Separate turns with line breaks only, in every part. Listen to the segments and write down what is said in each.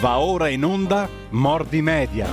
Va ora in onda Mordi Media.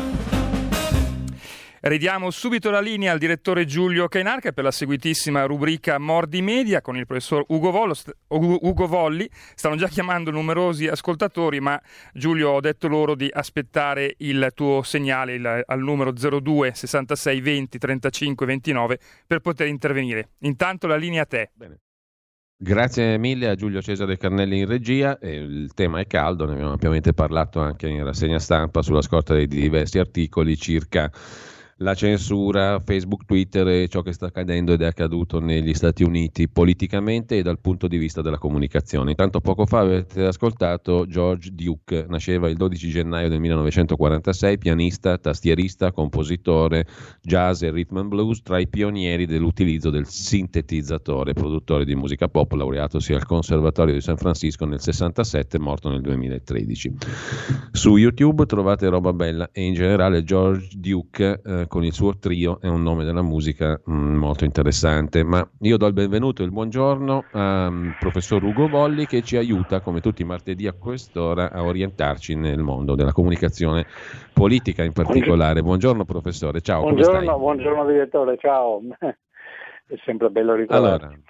Ridiamo subito la linea al direttore Giulio Cainarca per la seguitissima rubrica Mordi Media con il professor Ugo Volli. Stanno già chiamando numerosi ascoltatori, ma Giulio, ho detto loro di aspettare il tuo segnale al numero 02 66 20 35 29 per poter intervenire. Intanto la linea a te.
Bene. Grazie mille a Giulio Cesare Carnelli in regia. Il tema è caldo, ne abbiamo ampiamente parlato anche in rassegna stampa sulla scorta di diversi articoli circa la censura, Facebook, Twitter e ciò che sta accadendo ed è accaduto negli Stati Uniti politicamente e dal punto di vista della comunicazione. Intanto poco fa avete ascoltato George Duke, nasceva il 12 gennaio del 1946, pianista, tastierista, compositore, jazz e rhythm and blues, tra i pionieri dell'utilizzo del sintetizzatore, produttore di musica pop, laureatosi al Conservatorio di San Francisco nel 67, morto nel 2013. Su YouTube trovate roba bella e in generale George Duke con il suo trio è un nome della musica molto interessante, ma io do il benvenuto e il buongiorno al professor Ugo Volli che ci aiuta come tutti i martedì a quest'ora a orientarci nel mondo della comunicazione politica in particolare. Buongiorno professore, ciao, come stai?
Buongiorno direttore, ciao, è sempre bello ritrovarti.
Allora,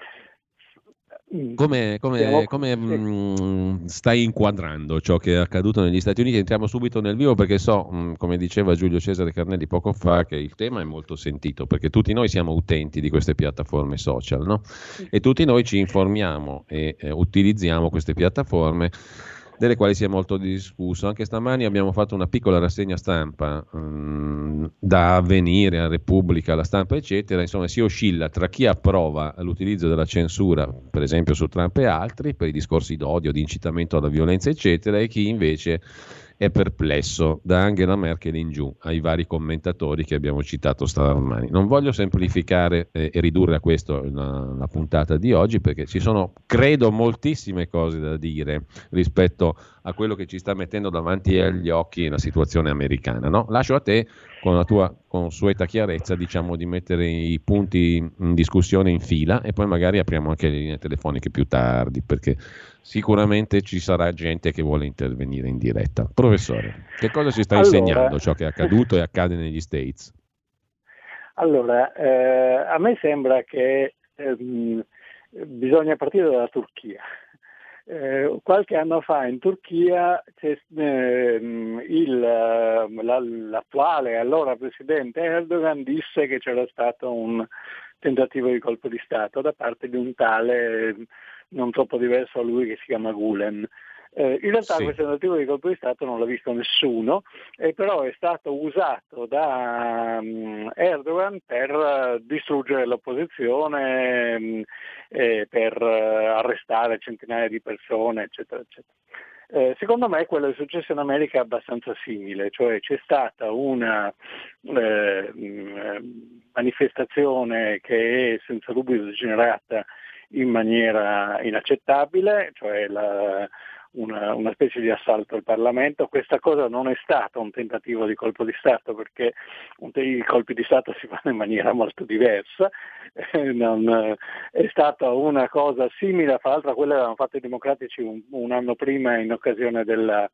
come stai inquadrando ciò che è accaduto negli Stati Uniti? Entriamo subito nel vivo perché so, come diceva Giulio Cesare Carnelli poco fa, che il tema è molto sentito perché tutti noi siamo utenti di queste piattaforme social, no? E tutti noi ci informiamo e utilizziamo queste piattaforme delle quali si è molto discusso. Anche stamani abbiamo fatto una piccola rassegna stampa da Avvenire a Repubblica, alla Stampa eccetera, insomma si oscilla tra chi approva l'utilizzo della censura per esempio su Trump e altri per i discorsi d'odio, di incitamento alla violenza eccetera, e chi invece è perplesso, da Angela Merkel in giù, ai vari commentatori che abbiamo citato stamani. Non voglio semplificare e ridurre a questo la puntata di oggi, perché ci sono, credo, moltissime cose da dire rispetto a quello che ci sta mettendo davanti agli occhi la situazione americana, no? Lascio a te, con la tua consueta chiarezza, diciamo, di mettere i punti in discussione in fila e poi magari apriamo anche le linee telefoniche più tardi, perché sicuramente ci sarà gente che vuole intervenire in diretta. Professore, che cosa ci sta insegnando ciò che è accaduto e accade negli States?
Allora, a me sembra che bisogna partire dalla Turchia. Qualche anno fa in Turchia l'attuale allora presidente Erdogan disse che c'era stato un tentativo di colpo di Stato da parte di un tale non troppo diverso a lui che si chiama Gulen. In realtà
Sì.
Questo tentativo di colpo di Stato non l'ha visto nessuno, però è stato usato da Erdogan per distruggere l'opposizione, per arrestare centinaia di persone, eccetera, eccetera. Secondo me quello che è successo in America è abbastanza simile, cioè c'è stata una manifestazione che è senza dubbio degenerata in maniera inaccettabile, cioè una specie di assalto al Parlamento. Questa cosa non è stata un tentativo di colpo di Stato, perché i colpi di Stato si fanno in maniera molto diversa, è stata una cosa simile, fra l'altro a quella che avevano fatto i democratici un anno prima in occasione della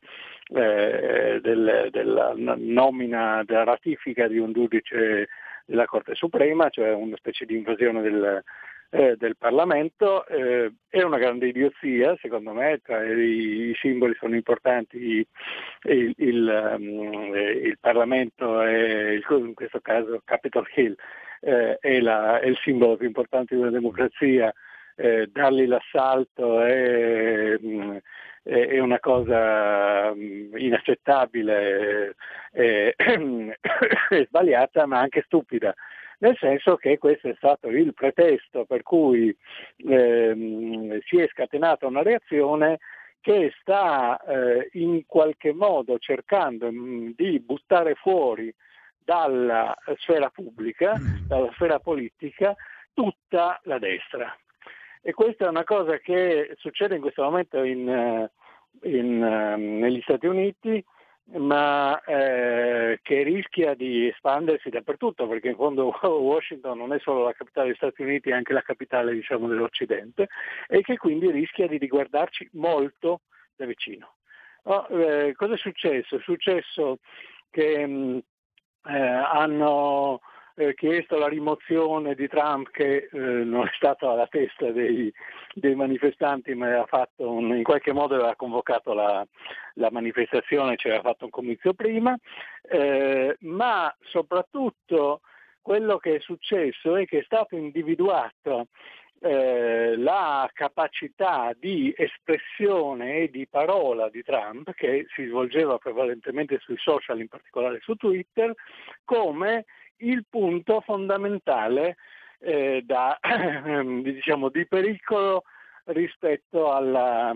nomina, della ratifica di un giudice della Corte Suprema, cioè una specie di invasione del Parlamento. È una grande idiozia, secondo me. Tra i simboli sono importanti il Parlamento e in questo caso Capitol Hill è il simbolo più importante di una democrazia. Dargli l'assalto è una cosa inaccettabile, è sbagliata ma anche stupida, nel senso che questo è stato il pretesto per cui si è scatenata una reazione che sta in qualche modo cercando di buttare fuori dalla sfera pubblica, dalla sfera politica, tutta la destra. E questa è una cosa che succede in questo momento negli Stati Uniti, ma che rischia di espandersi dappertutto, perché in fondo Washington non è solo la capitale degli Stati Uniti, è anche la capitale, diciamo, dell'Occidente, e che quindi rischia di riguardarci molto da vicino. Cosa è successo? È successo che hanno chiesto la rimozione di Trump, che non è stato alla testa dei manifestanti, ma aveva fatto in qualche modo aveva convocato la manifestazione, ci aveva fatto un comizio prima, ma soprattutto quello che è successo è che è stato individuato la capacità di espressione e di parola di Trump, che si svolgeva prevalentemente sui social, in particolare su Twitter, come il punto fondamentale di pericolo rispetto alla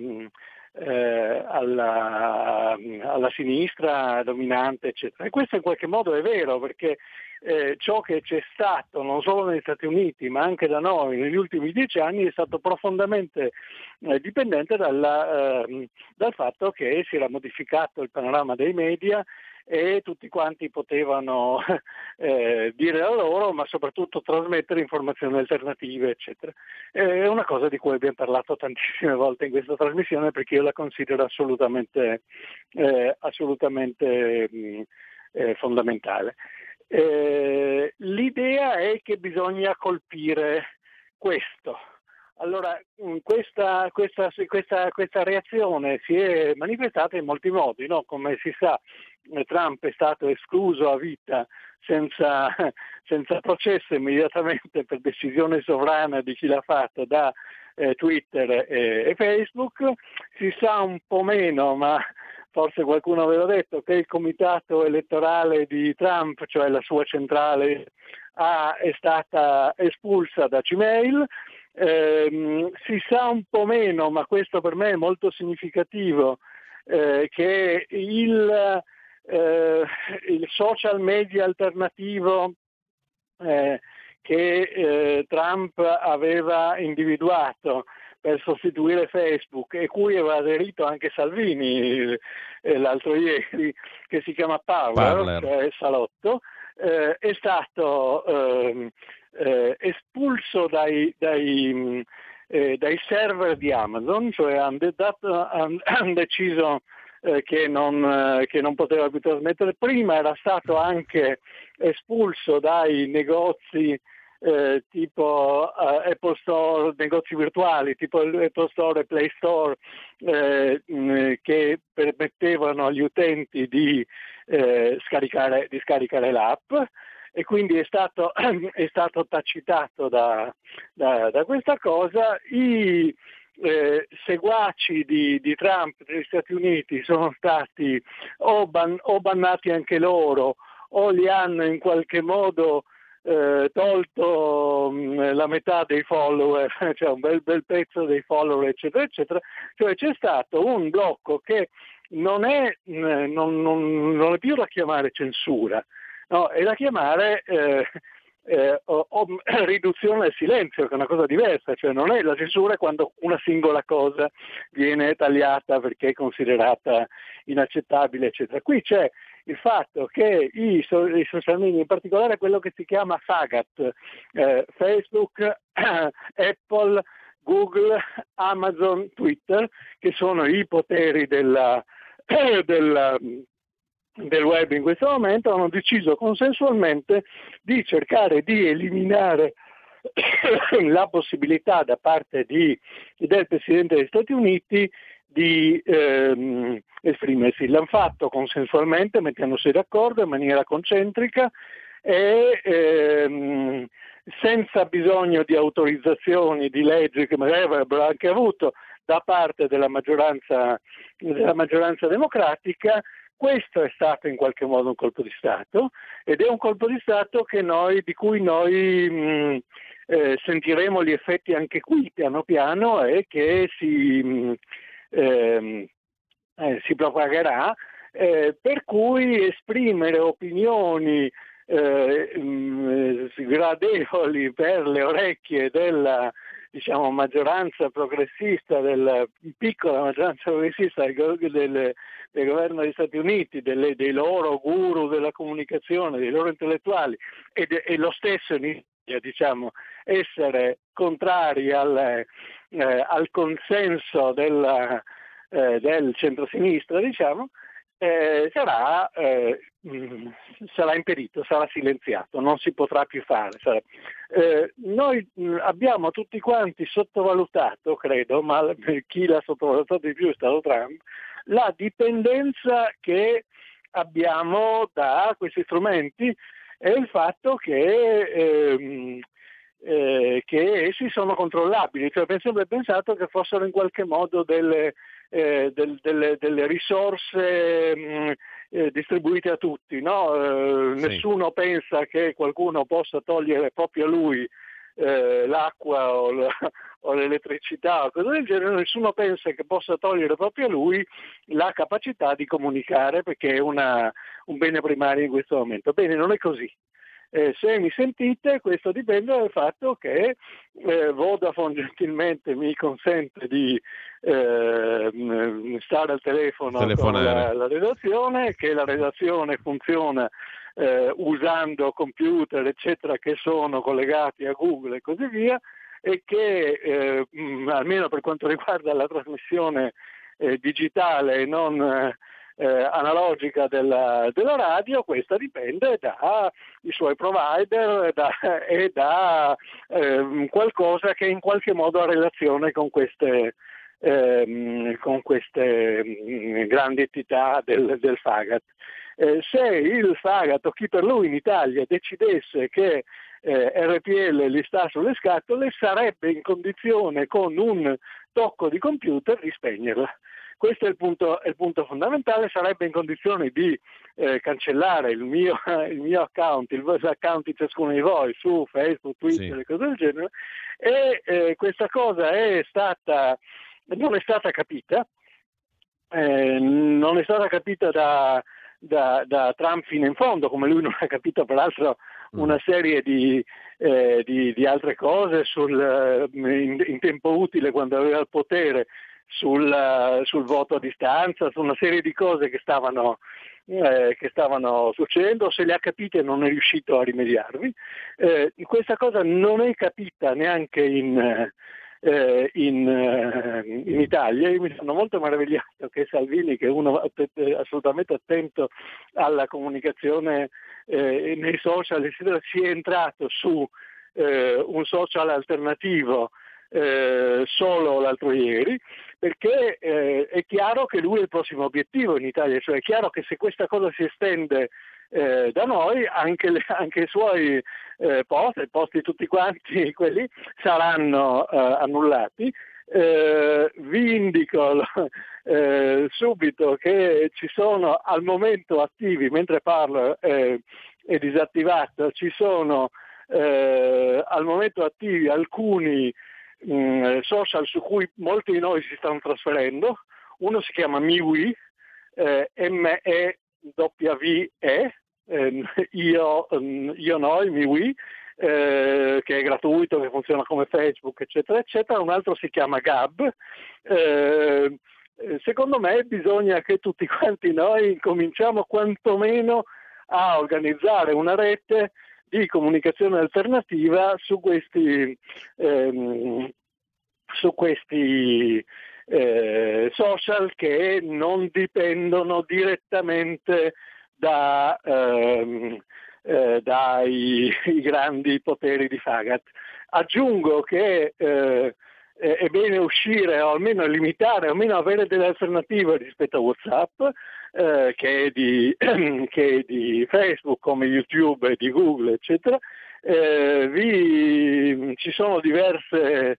sinistra dominante, eccetera. E questo in qualche modo è vero, perché ciò che c'è stato non solo negli Stati Uniti ma anche da noi negli ultimi 10 anni è stato profondamente dipendente dal fatto che si era modificato il panorama dei media e tutti quanti potevano dire la loro, ma soprattutto trasmettere informazioni alternative, eccetera. È una cosa di cui abbiamo parlato tantissime volte in questa trasmissione, perché io la considero assolutamente fondamentale. L'idea è che bisogna colpire questo. Allora, questa reazione si è manifestata in molti modi, no? Come si sa, Trump è stato escluso a vita senza processo immediatamente per decisione sovrana di chi l'ha fatto da Twitter e Facebook. Si sa un po' meno, ma forse qualcuno aveva detto che il comitato elettorale di Trump, cioè la sua centrale, è stata espulsa da Gmail. Si sa un po' meno, ma questo per me è molto significativo, che il social media alternativo che Trump aveva individuato per sostituire Facebook e cui aveva aderito anche Salvini l'altro ieri, che si chiama Parler. Cioè Salotto, è stato espulso dai server di Amazon, cioè hanno deciso che non poteva più trasmettere. Prima era stato anche espulso dai negozi tipo Apple Store, negozi virtuali tipo Apple Store e Play Store, che permettevano agli utenti di scaricare l'app, e quindi è stato tacitato da questa cosa. I seguaci di Trump negli Stati Uniti sono stati o bannati anche loro, o li hanno in qualche modo tolto la metà dei follower, cioè un bel pezzo dei follower, eccetera, eccetera. Cioè c'è stato un blocco che non è più da chiamare censura, no, è da chiamare riduzione al silenzio, che è una cosa diversa. Cioè non è la censura quando una singola cosa viene tagliata perché è considerata inaccettabile, eccetera. Qui c'è il fatto che i social media, in particolare quello che si chiama SAGAT, Facebook, Apple, Google, Amazon, Twitter, che sono i poteri del web in questo momento, hanno deciso consensualmente di cercare di eliminare la possibilità da parte del Presidente degli Stati Uniti di esprimersi. L'hanno fatto consensualmente, mettendosi d'accordo in maniera concentrica e senza bisogno di autorizzazioni, di leggi che magari avrebbero anche avuto da parte della maggioranza democratica. Questo è stato in qualche modo un colpo di Stato, ed è un colpo di Stato di cui noi sentiremo gli effetti anche qui piano piano, e che si propagherà, per cui esprimere opinioni sgradevoli per le orecchie della maggioranza progressista, della piccola maggioranza progressista del governo degli Stati Uniti, dei loro guru della comunicazione, dei loro intellettuali, e lo stesso in Italia, essere contrari al consenso del centro-sinistra, diciamo, sarà impedito, sarà silenziato, non si potrà più fare. Noi abbiamo tutti quanti sottovalutato, credo, ma chi l'ha sottovalutato di più è stato Trump, la dipendenza che abbiamo da questi strumenti e il fatto che essi sono controllabili, cioè sempre pensato che fossero in qualche modo delle risorse distribuite a tutti, no?
Sì.
Nessuno pensa che qualcuno possa togliere proprio a lui l'acqua o l'elettricità o cose del genere, nessuno pensa che possa togliere proprio a lui la capacità di comunicare, perché è un bene primario in questo momento. Bene, non è così. Se mi sentite, questo dipende dal fatto che Vodafone gentilmente mi consente di stare al telefono con la redazione, che la redazione funziona usando computer eccetera che sono collegati a Google e così via, e che almeno per quanto riguarda la trasmissione digitale e non analogica della radio, questa dipende dai suoi provider e da qualcosa che in qualche modo ha relazione con queste grandi entità del Fagat. Se il Fagat o chi per lui in Italia decidesse che RPL gli sta sulle scatole, sarebbe in condizione con un tocco di computer di spegnerla. Questo è il punto fondamentale. Sarebbe in condizione di cancellare il mio account, il vostro account di ciascuno di voi su Facebook, Twitter e cose del genere, e questa cosa non è stata capita, non è stata capita da Trump fino in fondo, come lui non ha capito peraltro una serie di altre cose in tempo utile quando aveva il potere, sul voto a distanza, su una serie di cose che stavano succedendo. Se le ha capite non è riuscito a rimediarvi. Questa cosa non è capita neanche in Italia. Io mi sono molto meravigliato che Salvini, che è uno assolutamente attento alla comunicazione nei social, sia entrato su un social alternativo solo l'altro ieri, perché è chiaro che lui è il prossimo obiettivo in Italia, cioè è chiaro che se questa cosa si estende da noi, anche i suoi posti tutti quanti quelli saranno annullati. Vi indico subito che ci sono al momento attivi, mentre parlo è disattivato, ci sono al momento attivi alcuni social su cui molti di noi si stanno trasferendo. Uno si chiama MeWe, MEWE, io noi, MeWe, che è gratuito, che funziona come Facebook, eccetera, eccetera. Un altro si chiama Gab. Secondo me bisogna che tutti quanti noi cominciamo quantomeno a organizzare una rete di comunicazione alternativa su questi social che non dipendono direttamente dai grandi poteri di Fagat. Aggiungo che è bene uscire, o almeno limitare, o almeno avere delle alternative rispetto a WhatsApp, che è di Facebook, come YouTube e di Google, eccetera. Ci sono diverse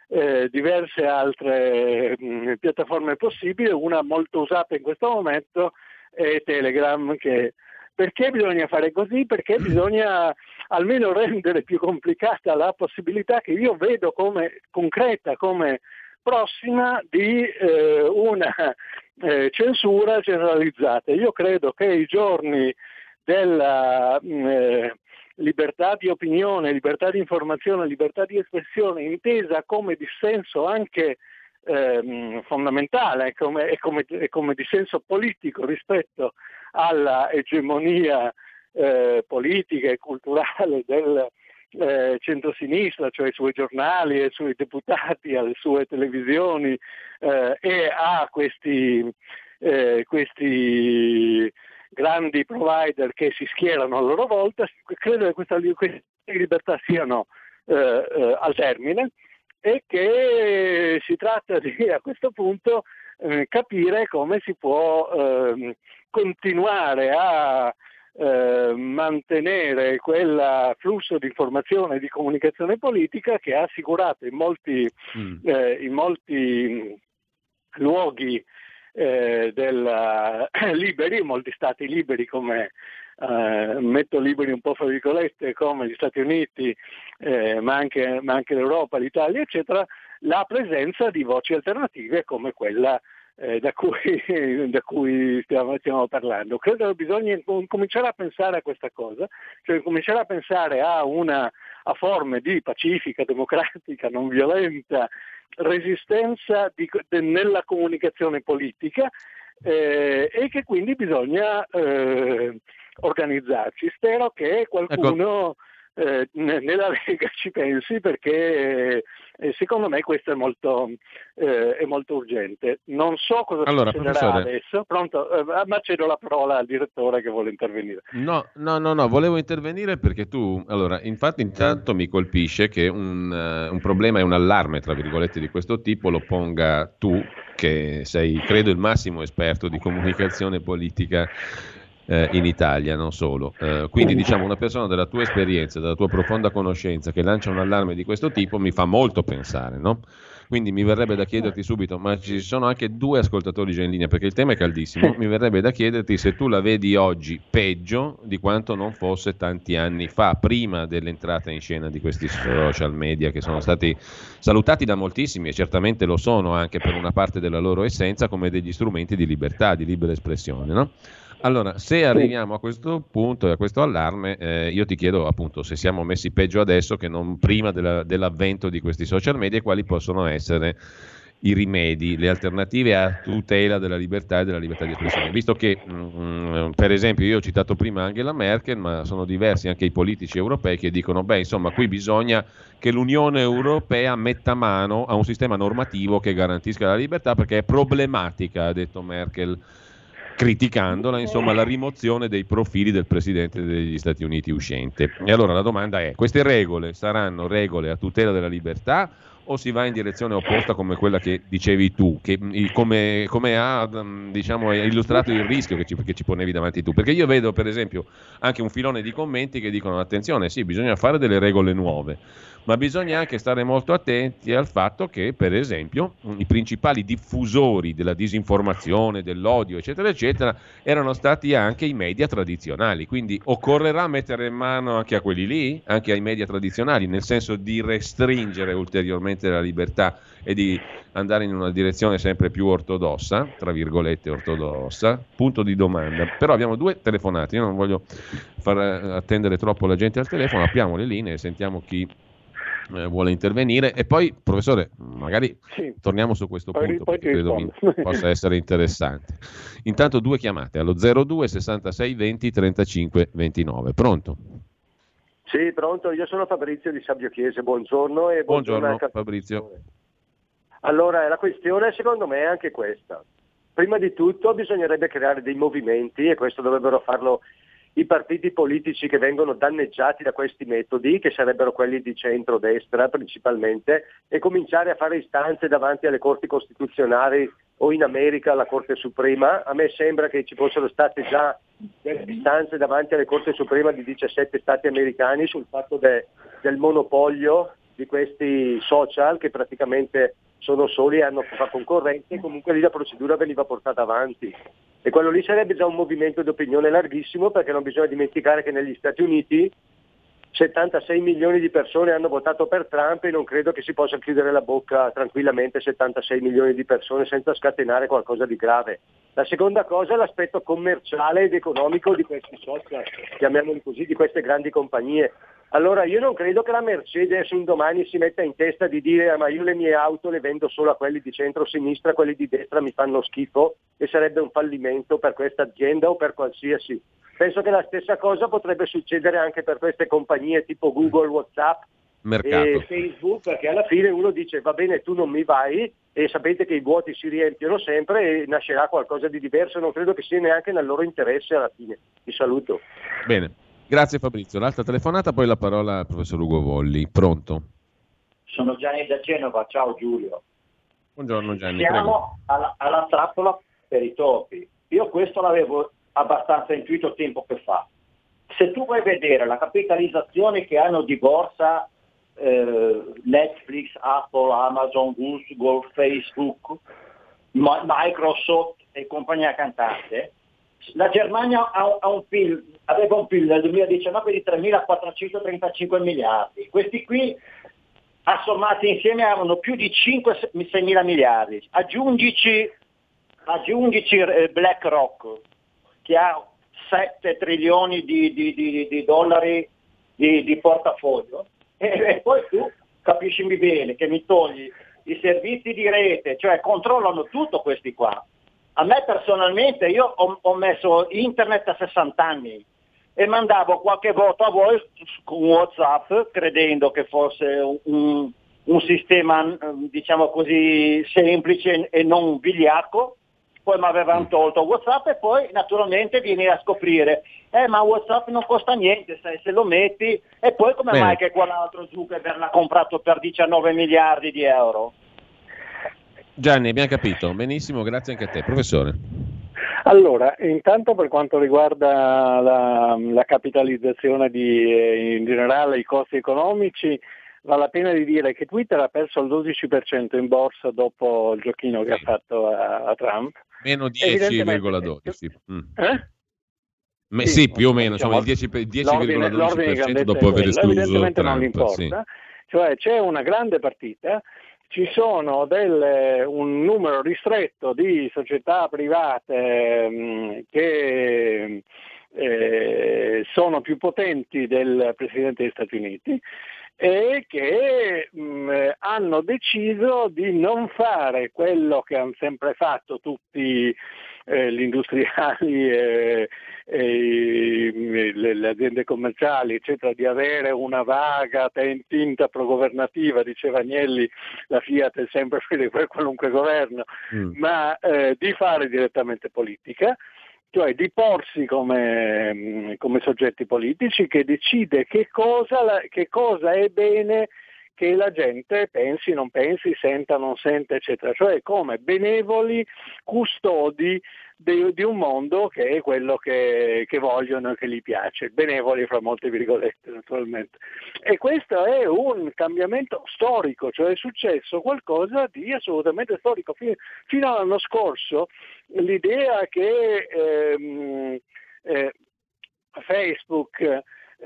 altre piattaforme possibili. Una molto usata in questo momento è Telegram. Perché bisogna fare così? Perché bisogna almeno rendere più complicata la possibilità, che io vedo come concreta, come prossima, di una censura generalizzata. Io credo che i giorni della libertà di opinione, libertà di informazione, libertà di espressione, intesa come dissenso anche fondamentale, come dissenso politico rispetto alla egemonia politica e culturale centrosinistra, cioè i suoi giornali, i suoi deputati, alle sue televisioni e a questi grandi provider che si schierano a loro volta. Credo che queste libertà siano al termine e che si tratta di, a questo punto, capire come si può continuare a mantenere quel flusso di informazione e di comunicazione politica che ha assicurato in molti luoghi liberi, in molti stati liberi, come metto liberi un po' fra virgolette, come gli Stati Uniti, ma anche l'Europa, l'Italia, eccetera, la presenza di voci alternative come quella da cui stiamo parlando. Credo che bisogna cominciare a pensare a questa cosa, cioè cominciare a pensare a forme di pacifica, democratica, non violenta resistenza nella comunicazione politica, e che quindi bisogna organizzarci. Spero che qualcuno nella Lega ci pensi, perché secondo me questo è molto urgente. Non so cosa succederà adesso. Pronto? Ma cedo la parola al direttore che vuole intervenire.
No, volevo intervenire perché infatti intanto mi colpisce che un problema e un allarme, tra virgolette, di questo tipo lo ponga tu, che sei, credo, il massimo esperto di comunicazione politica in Italia, non solo. Quindi diciamo, una persona della tua esperienza, della tua profonda conoscenza, che lancia un allarme di questo tipo mi fa molto pensare, no? Quindi mi verrebbe da chiederti subito, ma ci sono anche due ascoltatori già in linea, perché il tema è caldissimo, mi verrebbe da chiederti se tu la vedi oggi peggio di quanto non fosse tanti anni fa, prima dell'entrata in scena di questi social media, che sono stati salutati da moltissimi, e certamente lo sono anche per una parte della loro essenza, come degli strumenti di libertà, di libera espressione, no? Allora, se arriviamo a questo punto e a questo allarme, io ti chiedo appunto se siamo messi peggio adesso che non prima dell'avvento di questi social media, e quali possono essere i rimedi, le alternative a tutela della libertà e della libertà di espressione. Visto che, per esempio, io ho citato prima Angela Merkel, ma sono diversi anche i politici europei che dicono, qui bisogna che l'Unione Europea metta mano a un sistema normativo che garantisca la libertà, perché è problematica, ha detto Merkel, criticandola, insomma, la rimozione dei profili del Presidente degli Stati Uniti uscente. E allora la domanda è: queste regole saranno regole a tutela della libertà o si va in direzione opposta, come quella che dicevi tu, che come ha illustrato il rischio che ci ponevi davanti tu? Perché io vedo, per esempio, anche un filone di commenti che dicono: attenzione, sì, bisogna fare delle regole nuove, ma bisogna anche stare molto attenti al fatto che, per esempio, i principali diffusori della disinformazione, dell'odio, eccetera, eccetera, erano stati anche i media tradizionali. Quindi occorrerà mettere in mano anche a quelli lì, anche ai media tradizionali, nel senso di restringere ulteriormente la libertà e di andare in una direzione sempre più ortodossa, tra virgolette ortodossa, punto di domanda. Però abbiamo due telefonate, io non voglio far attendere troppo la gente al telefono, apriamo le linee e sentiamo chi vuole intervenire, e poi, professore, magari torniamo su questo punto, perché credo possa essere interessante. Intanto due chiamate allo 02 66 20 35 29. Pronto?
Sì, pronto, io sono Fabrizio di Sabio Chiese, buongiorno. E
buongiorno Fabrizio.
Allora, la questione secondo me è anche questa. Prima di tutto bisognerebbe creare dei movimenti, e questo dovrebbero farlo i partiti politici che vengono danneggiati da questi metodi, che sarebbero quelli di centro-destra principalmente, e cominciare a fare istanze davanti alle corti costituzionali o in America alla Corte Suprema. A me sembra che ci fossero state già delle istanze davanti alle Corte Suprema di 17 stati americani sul fatto del monopolio di questi social, che praticamente sono soli e hanno fa concorrenza, e comunque lì la procedura veniva portata avanti. E quello lì sarebbe già un movimento di opinione larghissimo, perché non bisogna dimenticare che negli Stati Uniti 76 milioni di persone hanno votato per Trump, e non credo che si possa chiudere la bocca tranquillamente 76 milioni di persone senza scatenare qualcosa di grave. La seconda cosa è l'aspetto commerciale ed economico di questi social, chiamiamoli così, di queste grandi compagnie. Allora io non credo che la Mercedes un domani si metta in testa di dire: ma io le mie auto le vendo solo a quelli di centro-sinistra, quelli di destra mi fanno schifo, e sarebbe un fallimento per questa azienda o per qualsiasi Penso che la stessa cosa potrebbe succedere anche per queste compagnie tipo Google, WhatsApp
Mercato.
e Facebook, perché alla fine uno dice va bene, tu non mi vai, e sapete che i vuoti si riempiono sempre e nascerà qualcosa di diverso. Non credo che sia neanche nel loro interesse alla fine. Vi saluto.
Bene, grazie Fabrizio. L'altra telefonata, poi la parola al professor Ugo Volli. Pronto?
Sono Gianni da Genova, ciao Giulio.
Buongiorno Gianni,
Siamo alla trappola per i topi. Io questo l'avevo abbastanza intuito tempo fa. Se tu vuoi vedere la capitalizzazione che hanno di borsa Netflix, Apple, Amazon, Google, Facebook, Microsoft e compagnia cantante, la Germania aveva un PIL nel 2019 di 3.435 miliardi. Questi qui assommati insieme avevano più di 5-6 mila miliardi. Aggiungici BlackRock, che ha 7 trilioni di dollari di portafoglio, e poi tu capisci bene che mi togli i servizi di rete, cioè controllano tutto questi qua. A me personalmente, io ho messo internet a 60 anni e mandavo qualche voto a voi con WhatsApp, credendo che fosse un sistema, diciamo così, semplice e non vigliacco. Poi mi avevano tolto WhatsApp e poi naturalmente vieni a scoprire ma WhatsApp non costa niente se lo metti, e poi come mai che quell'altro Zuckerberg l'ha comprato per 19 miliardi di euro?
Gianni, abbiamo capito, benissimo, grazie anche a te. Professore.
Allora, intanto per quanto riguarda la capitalizzazione in generale, i costi economici, vale la pena di dire che Twitter ha perso il 12% in borsa dopo il giochino che ha fatto a Trump.
Meno 10,12.
Sì,
sì, più o meno, insomma, il 10,12% dopo aver escluso
evidentemente
Trump.
Non importa,
sì.
Cioè c'è una grande partita, ci sono un numero ristretto di società private che sono più potenti del Presidente degli Stati Uniti e che hanno deciso di non fare quello che hanno sempre fatto tutti gli industriali le aziende commerciali, eccetera, di avere una vaga tinta progovernativa. Diceva Agnelli, la Fiat è sempre fede per qualunque governo, ma di fare direttamente politica, cioè di porsi come soggetti politici che decide che cosa è bene che la gente pensi, non pensi, senta, non senta, eccetera, cioè come benevoli custodi di un mondo che è quello che vogliono e che gli piace, benevoli fra molte virgolette naturalmente. E questo è un cambiamento storico, cioè è successo qualcosa di assolutamente storico. Fino all'anno scorso l'idea che Facebook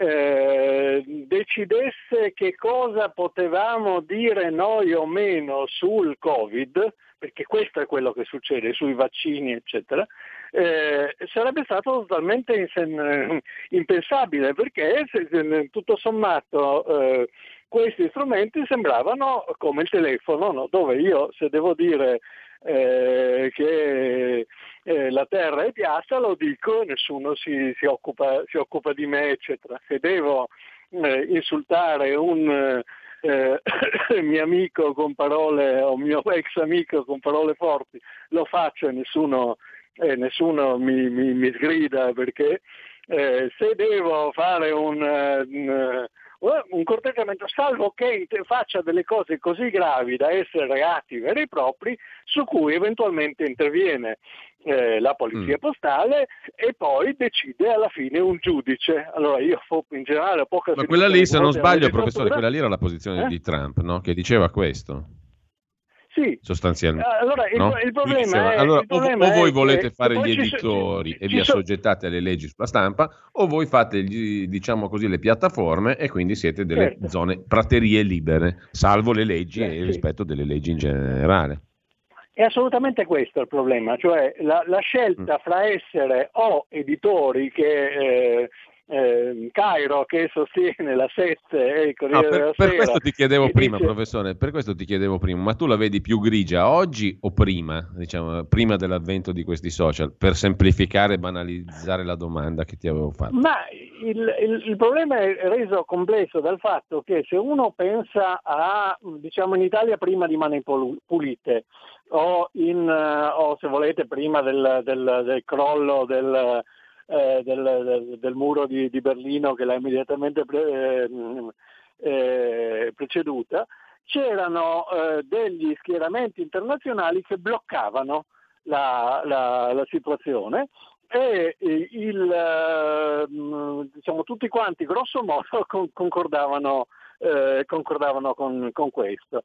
decidesse che cosa potevamo dire noi o meno sul Covid, perché questo è quello che succede sui vaccini eccetera, sarebbe stato totalmente impensabile, perché tutto sommato questi strumenti sembravano come il telefono, no? Dove io, se devo dire che la terra è piatta, lo dico, nessuno si occupa di me, eccetera. Se devo insultare un mio amico con parole, o mio ex amico con parole forti, lo faccio e nessuno mi sgrida, perché se devo fare un corteggiamento, salvo che faccia delle cose così gravi da essere reati veri e propri, su cui eventualmente interviene la polizia postale e poi decide alla fine un giudice. Allora io in generale ho poca
Ma
fiducia.
quella lì, se non sbaglio, professore, quella lì era la posizione di Trump, no? Che diceva questo.
Sì,
sostanzialmente.
Allora il problema
diceva,
è,
allora,
il problema
o voi
è
volete
che
fare
poi
gli editori e vi assoggettate alle leggi sulla stampa, o voi fate diciamo così le piattaforme e quindi siete delle zone praterie libere, salvo le leggi e il rispetto delle leggi in generale.
È assolutamente questo il problema, cioè la scelta fra essere o editori che Cairo, che sostiene la 7 e il Corriere della Sera.
Per questo ti chiedevo prima,
dice...
professore, ma tu la vedi più grigia oggi o prima, diciamo, prima dell'avvento di questi social, per semplificare e banalizzare la domanda che ti avevo fatto?
Ma il problema è reso complesso dal fatto che se uno pensa a, diciamo, in Italia prima di Mani Pulite o se volete prima del crollo del muro di Berlino che l'ha immediatamente preceduta, c'erano degli schieramenti internazionali che bloccavano la situazione e diciamo, tutti quanti grosso modo concordavano con questo.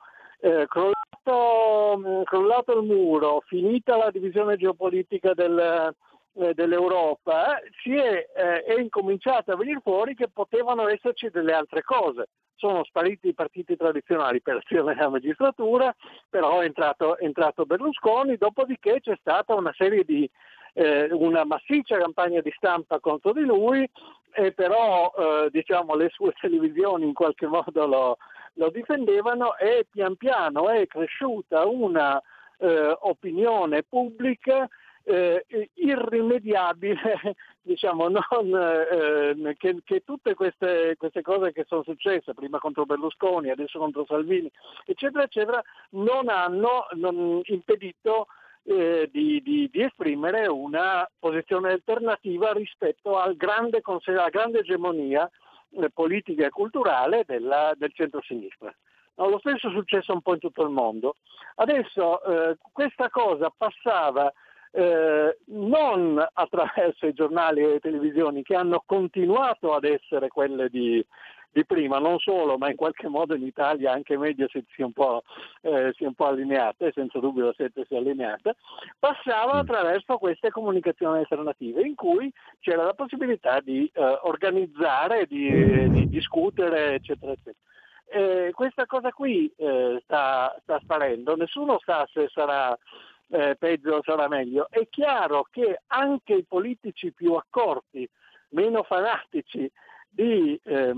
Crollato il muro, finita la divisione geopolitica dell'Europa, è incominciato a venire fuori che potevano esserci delle altre cose. Sono spariti i partiti tradizionali per azione della magistratura, però è entrato Berlusconi, dopodiché c'è stata una serie di una massiccia campagna di stampa contro di lui, però diciamo le sue televisioni in qualche modo lo difendevano e pian piano è cresciuta una opinione pubblica irrimediabile, diciamo, che tutte queste cose che sono successe prima contro Berlusconi, adesso contro Salvini, eccetera eccetera, non hanno impedito di esprimere una posizione alternativa rispetto alla grande egemonia politica e culturale del centro-sinistra. No, lo stesso è successo un po' in tutto il mondo. Adesso questa cosa passava non attraverso i giornali e le televisioni, che hanno continuato ad essere quelle di prima, non solo, ma in qualche modo in Italia anche Mediaset si è un po' allineata, e senza dubbio la 7 si è allineata, passava attraverso queste comunicazioni alternative in cui c'era la possibilità di organizzare, di discutere, eccetera, eccetera. Questa cosa qui sta sparendo, nessuno sa se sarà peggio o sarà meglio. È chiaro che anche i politici più accorti, meno fanatici di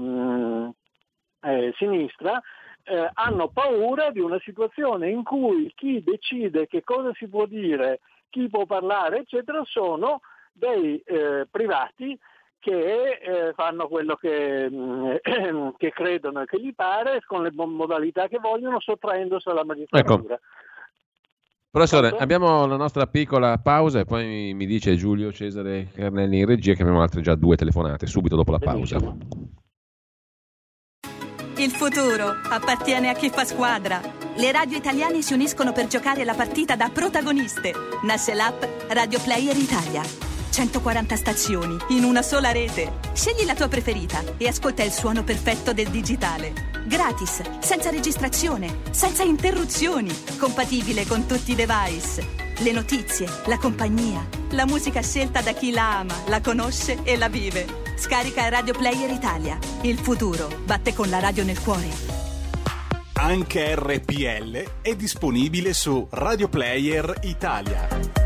sinistra, hanno paura di una situazione in cui chi decide che cosa si può dire, chi può parlare, eccetera, sono dei privati che fanno quello che credono e che gli pare, con le modalità che vogliono, sottraendosi alla magistratura.
Ecco. Professore, abbiamo la nostra piccola pausa e poi mi dice Giulio Cesare Carnelli in regia che abbiamo altre già 2 telefonate, subito dopo la pausa.
Il futuro appartiene a chi fa squadra. Le radio italiane si uniscono per giocare la partita da protagoniste. Nasce l'app Radio Player Italia. 140 stazioni in una sola rete. Scegli la tua preferita e ascolta il suono perfetto del digitale. Gratis, senza registrazione, senza interruzioni, compatibile con tutti i device. Le notizie, la compagnia, la musica scelta da chi la ama, la conosce e la vive. Scarica Radio Player Italia. Il futuro batte con la radio nel cuore.
Anche RPL è disponibile su Radio Player Italia.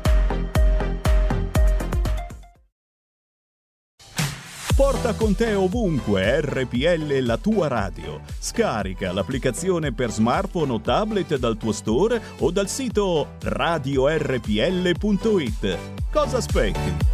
Porta con te ovunque RPL, la tua radio. Scarica l'applicazione per smartphone o tablet dal tuo store o dal sito radiorpl.it. Cosa aspetti?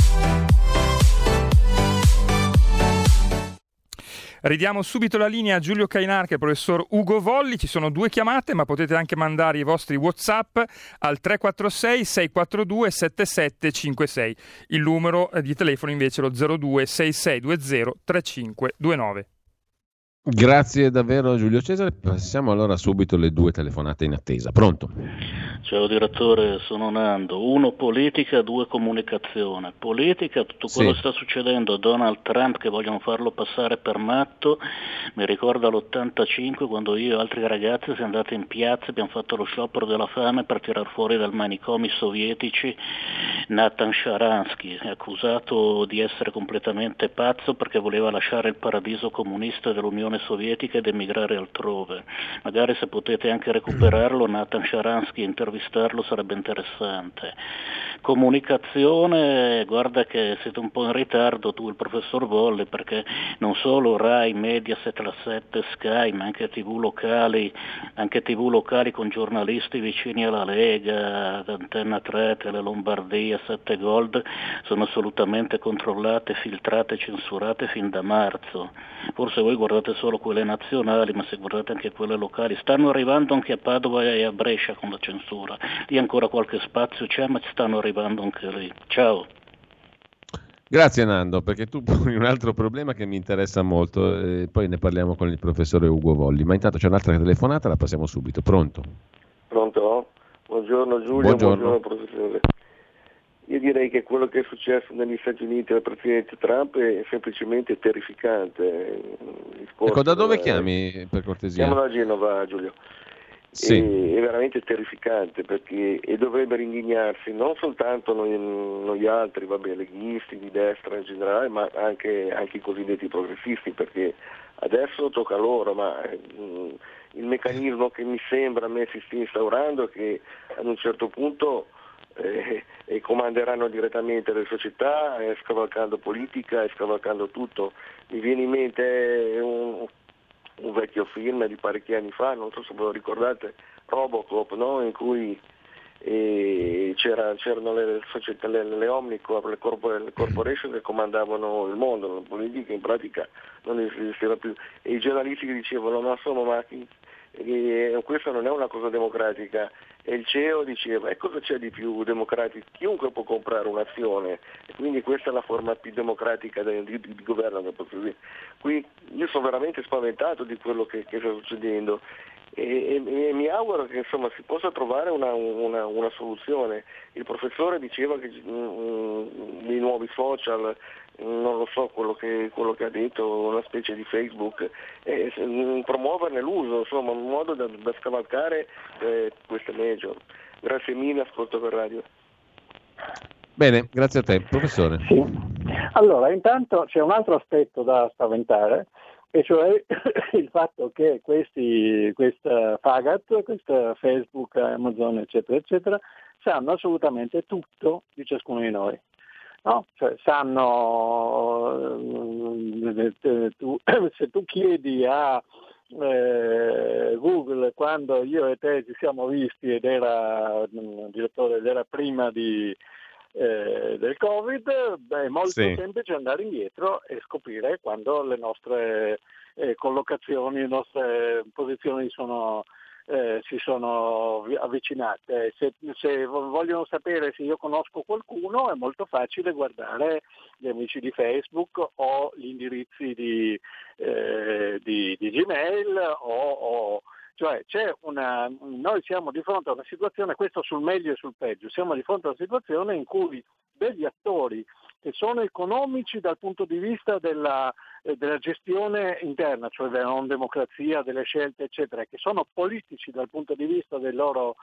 Ridiamo subito la linea a Giulio Cainarca e al professor Ugo Volli. Ci sono 2 chiamate, ma potete anche mandare i vostri WhatsApp al 346 642 7756. Il numero di telefono invece è lo 02 6620 3529.
Grazie davvero Giulio Cesare. Passiamo allora subito alle 2 telefonate in attesa. Pronto?
Ciao direttore, sono Nando. 1 politica, 2 comunicazione. Politica, tutto quello che sta succedendo a Donald Trump, che vogliono farlo passare per matto, mi ricorda l'85 quando io e altri ragazzi siamo andati in piazza e abbiamo fatto lo sciopero della fame per tirar fuori dai manicomi sovietici Nathan Sharansky, accusato di essere completamente pazzo perché voleva lasciare il paradiso comunista dell'Unione Sovietica ed emigrare altrove. Magari se potete anche recuperarlo, Nathan Sharansky, intervistarlo sarebbe interessante. Comunicazione, guarda che siete un po' in ritardo tu, il professor Volli, perché non solo Rai, Mediaset, La 7, Sky, ma anche TV locali con giornalisti vicini alla Lega, Antenna 3, Tele Lombardia, 7 Gold, sono assolutamente controllate, filtrate, censurate fin da marzo. Forse voi guardate solo quelle nazionali, ma se guardate anche quelle locali, stanno arrivando anche a Padova e a Brescia con la censura. Lì ancora qualche spazio c'è, ma stanno arrivando anche lì. Ciao.
Grazie Nando, perché tu poni un altro problema che mi interessa molto, poi ne parliamo con il professore Ugo Volli, ma intanto c'è un'altra telefonata, la passiamo subito. Pronto?
Pronto? Buongiorno Giulio, buongiorno professore. Io direi che quello che è successo negli Stati Uniti al presidente Trump è semplicemente terrificante.
Ecco, da dove chiami per cortesia?
Chiamo da Genova, Giulio.
Sì.
È veramente terrificante e dovrebbero indignarsi non soltanto noi altri, leghisti di destra in generale, ma anche i cosiddetti progressisti, perché adesso tocca a loro, ma il meccanismo che mi sembra a me si stia instaurando è che ad un certo punto comanderanno direttamente le società, scavalcando politica e scavalcando tutto. Mi viene in mente un vecchio film di parecchi anni fa, non so se ve lo ricordate, Robocop, no? In cui c'erano le società, le Omnicorp, le corporation che comandavano il mondo, la politica in pratica non esisteva più, e i giornalisti che dicevano ma sono macchine, e questa non è una cosa democratica, e il CEO diceva cosa c'è di più democratico? Chiunque può comprare un'azione, e quindi questa è la forma più democratica di governo che posso dire. Qui io sono veramente spaventato di quello che sta succedendo e mi auguro che insomma si possa trovare una soluzione. Il professore diceva che i nuovi social, non lo so quello che ha detto, una specie di Facebook, promuoverne l'uso, insomma, un modo da scavalcare queste major. Grazie mille, ascolto per radio.
Bene, grazie a te, professore.
Sì. Allora, intanto c'è un altro aspetto da spaventare, e cioè il fatto che questa Fagat, questa Facebook, Amazon, eccetera, eccetera, sanno assolutamente tutto di ciascuno di noi. No? Cioè, sanno, se tu chiedi a Google quando io e te ci siamo visti ed era direttore ed era prima del Covid, è molto semplice andare indietro e scoprire quando le nostre collocazioni, le nostre posizioni si sono avvicinate. Se vogliono sapere se io conosco qualcuno è molto facile guardare gli amici di Facebook o gli indirizzi di Gmail cioè noi siamo di fronte a una situazione, questo sul meglio e sul peggio, siamo di fronte a una situazione in cui degli attori che sono economici dal punto di vista della gestione interna, cioè della non democrazia, delle scelte eccetera, che sono politici dal punto di vista delle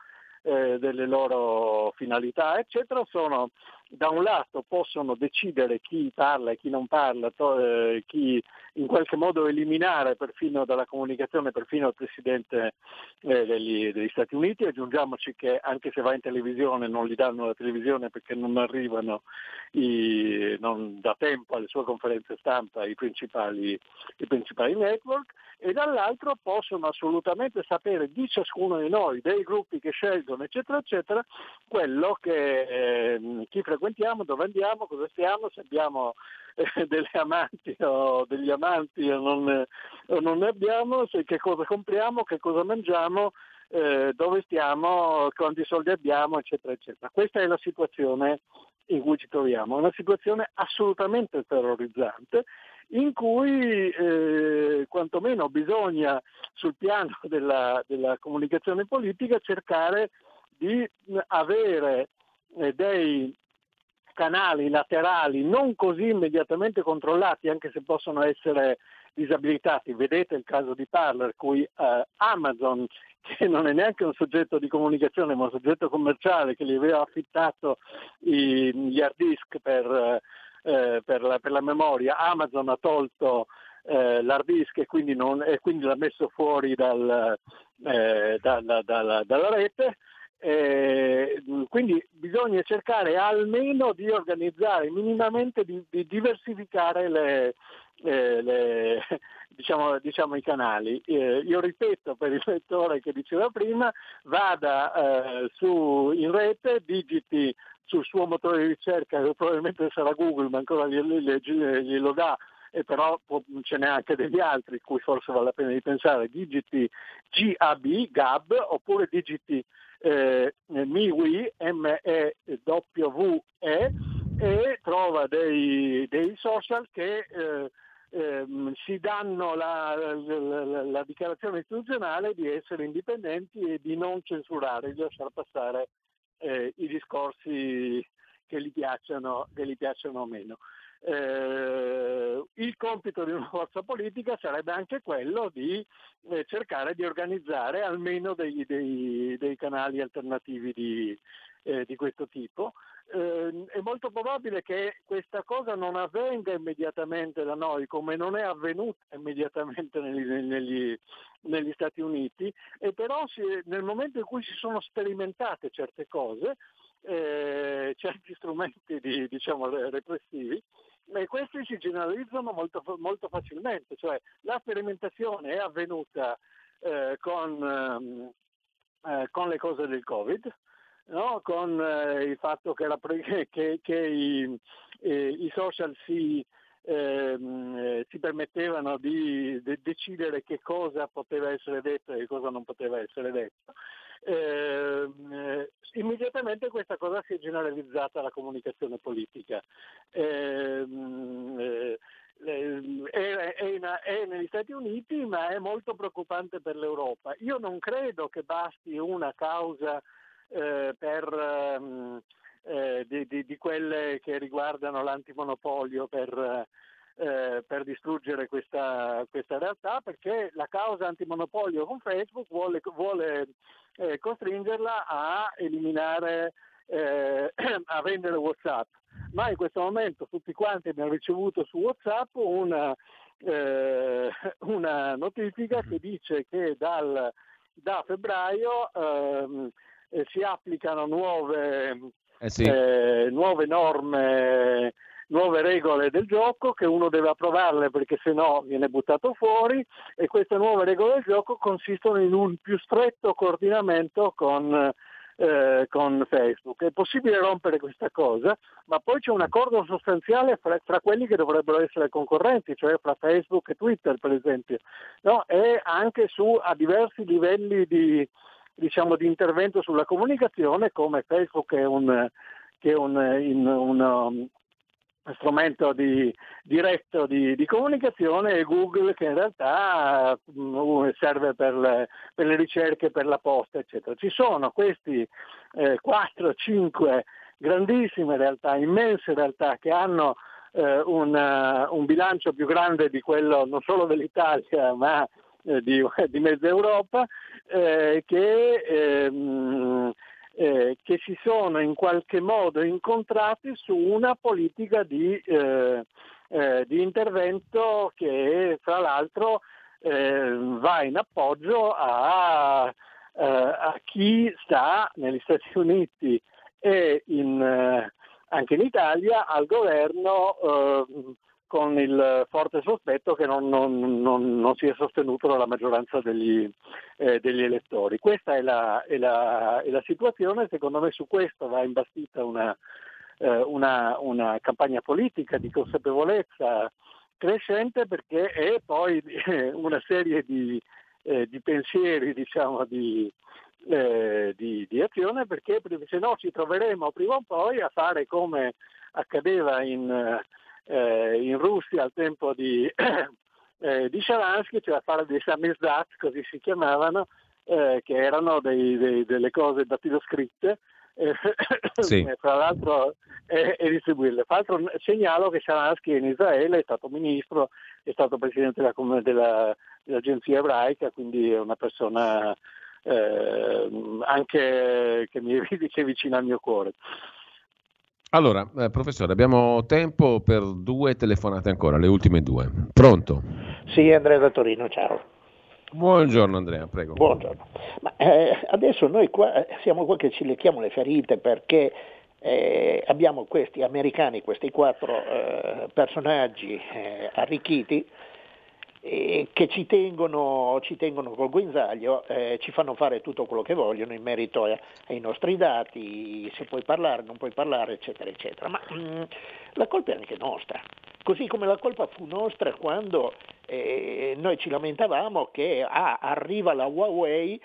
loro finalità eccetera, sono da un lato possono decidere chi parla e chi non parla, chi in qualche modo eliminare perfino dalla comunicazione perfino il presidente degli Stati Uniti. Aggiungiamoci che anche se va in televisione non gli danno la televisione perché non arrivano non da tempo alle sue conferenze stampa i principali network, e dall'altro possono assolutamente sapere di ciascuno di noi, dei gruppi che scelgono eccetera eccetera, quello che chi frequentiamo, dove andiamo, cosa stiamo, se abbiamo delle amanti o degli amanti o non ne abbiamo, che cosa compriamo, che cosa mangiamo, dove stiamo, quanti soldi abbiamo eccetera eccetera. Questa è la situazione in cui ci troviamo, una situazione assolutamente terrorizzante, in cui quantomeno bisogna sul piano della comunicazione politica cercare di avere dei canali laterali non così immediatamente controllati, anche se possono essere disabilitati. Vedete il caso di Parler, cui Amazon, che non è neanche un soggetto di comunicazione ma un soggetto commerciale, che gli aveva affittato gli hard disk per la memoria, Amazon ha tolto l'hard disk e quindi l'ha messo fuori dalla rete. Quindi bisogna cercare almeno di organizzare minimamente, di diversificare diciamo i canali. Io ripeto per il lettore che diceva prima, vada in rete, digiti sul suo motore di ricerca, che probabilmente sarà Google, ma ancora glielo dà, e però ce n'è anche degli altri cui forse vale la pena di pensare. Digiti GAB, oppure digiti MeWe, MEWE, e trova dei social che si danno la dichiarazione istituzionale di essere indipendenti e di non censurare, di lasciar passare i discorsi che gli piacciono o meno. Il compito di una forza politica sarebbe anche quello di cercare di organizzare almeno dei canali alternativi di questo tipo. È molto probabile che questa cosa non avvenga immediatamente da noi, come non è avvenuta immediatamente negli Stati Uniti, e però nel momento in cui si sono sperimentate certe cose, certi strumenti repressivi, e questi si generalizzano molto, molto facilmente. Cioè la sperimentazione è avvenuta con le cose del Covid, no? Con il fatto che i social si permettevano di decidere che cosa poteva essere detto e che cosa non poteva essere detto. Immediatamente questa cosa si è generalizzata alla comunicazione politica. È negli Stati Uniti, ma è molto preoccupante per l'Europa. Io non credo che basti una causa di quelle che riguardano l'antimonopolio per distruggere questa realtà, perché la causa antimonopolio con Facebook vuole costringerla a eliminare, a vendere WhatsApp. Ma in questo momento tutti quanti abbiamo ricevuto su WhatsApp una notifica che dice che da febbraio si applicano nuove norme, nuove regole del gioco, che uno deve approvarle perché sennò viene buttato fuori, e queste nuove regole del gioco consistono in un più stretto coordinamento con Facebook. È possibile rompere questa cosa, ma poi c'è un accordo sostanziale fra quelli che dovrebbero essere concorrenti, cioè fra Facebook e Twitter per esempio, no? E anche a diversi livelli di intervento sulla comunicazione, come Facebook è un strumento diretto di comunicazione, e Google, che in realtà serve per le ricerche, per la posta, eccetera. Ci sono questi 4-5 grandissime realtà, immense realtà, che hanno un bilancio più grande di quello non solo dell'Italia ma di mezza Europa, che si sono in qualche modo incontrati su una politica di intervento che fra l'altro va in appoggio a chi sta negli Stati Uniti e anche in Italia al governo, con il forte sospetto che non sia sostenuto dalla maggioranza degli elettori. Questa è la situazione. Secondo me su questo va imbastita una campagna politica di consapevolezza crescente, perché è poi una serie di pensieri, di azione, perché se no ci troveremo prima o poi a fare come accadeva in Russia al tempo di Sharansky, cioè a fare dei samizdat, così si chiamavano, che erano delle cose dattiloscritte,
Sì.
Fra l'altro e distribuirle. Fra l'altro segnalo che Sharansky è in Israele, è stato ministro, è stato presidente dell'agenzia ebraica, quindi è una persona anche che è vicina al mio cuore.
Allora, professore, abbiamo tempo per 2 telefonate ancora, le ultime 2. Pronto?
Sì, Andrea da Torino, ciao.
Buongiorno Andrea, prego.
Buongiorno. Ma, adesso noi qua siamo qua che ci lecchiamo le ferite perché abbiamo questi americani, questi 4 personaggi arricchiti che ci tengono col guinzaglio, ci fanno fare tutto quello che vogliono in merito ai nostri dati, se puoi parlare, non puoi parlare, eccetera, eccetera. Ma la colpa è anche nostra, così come la colpa fu nostra quando noi ci lamentavamo che arriva la Huawei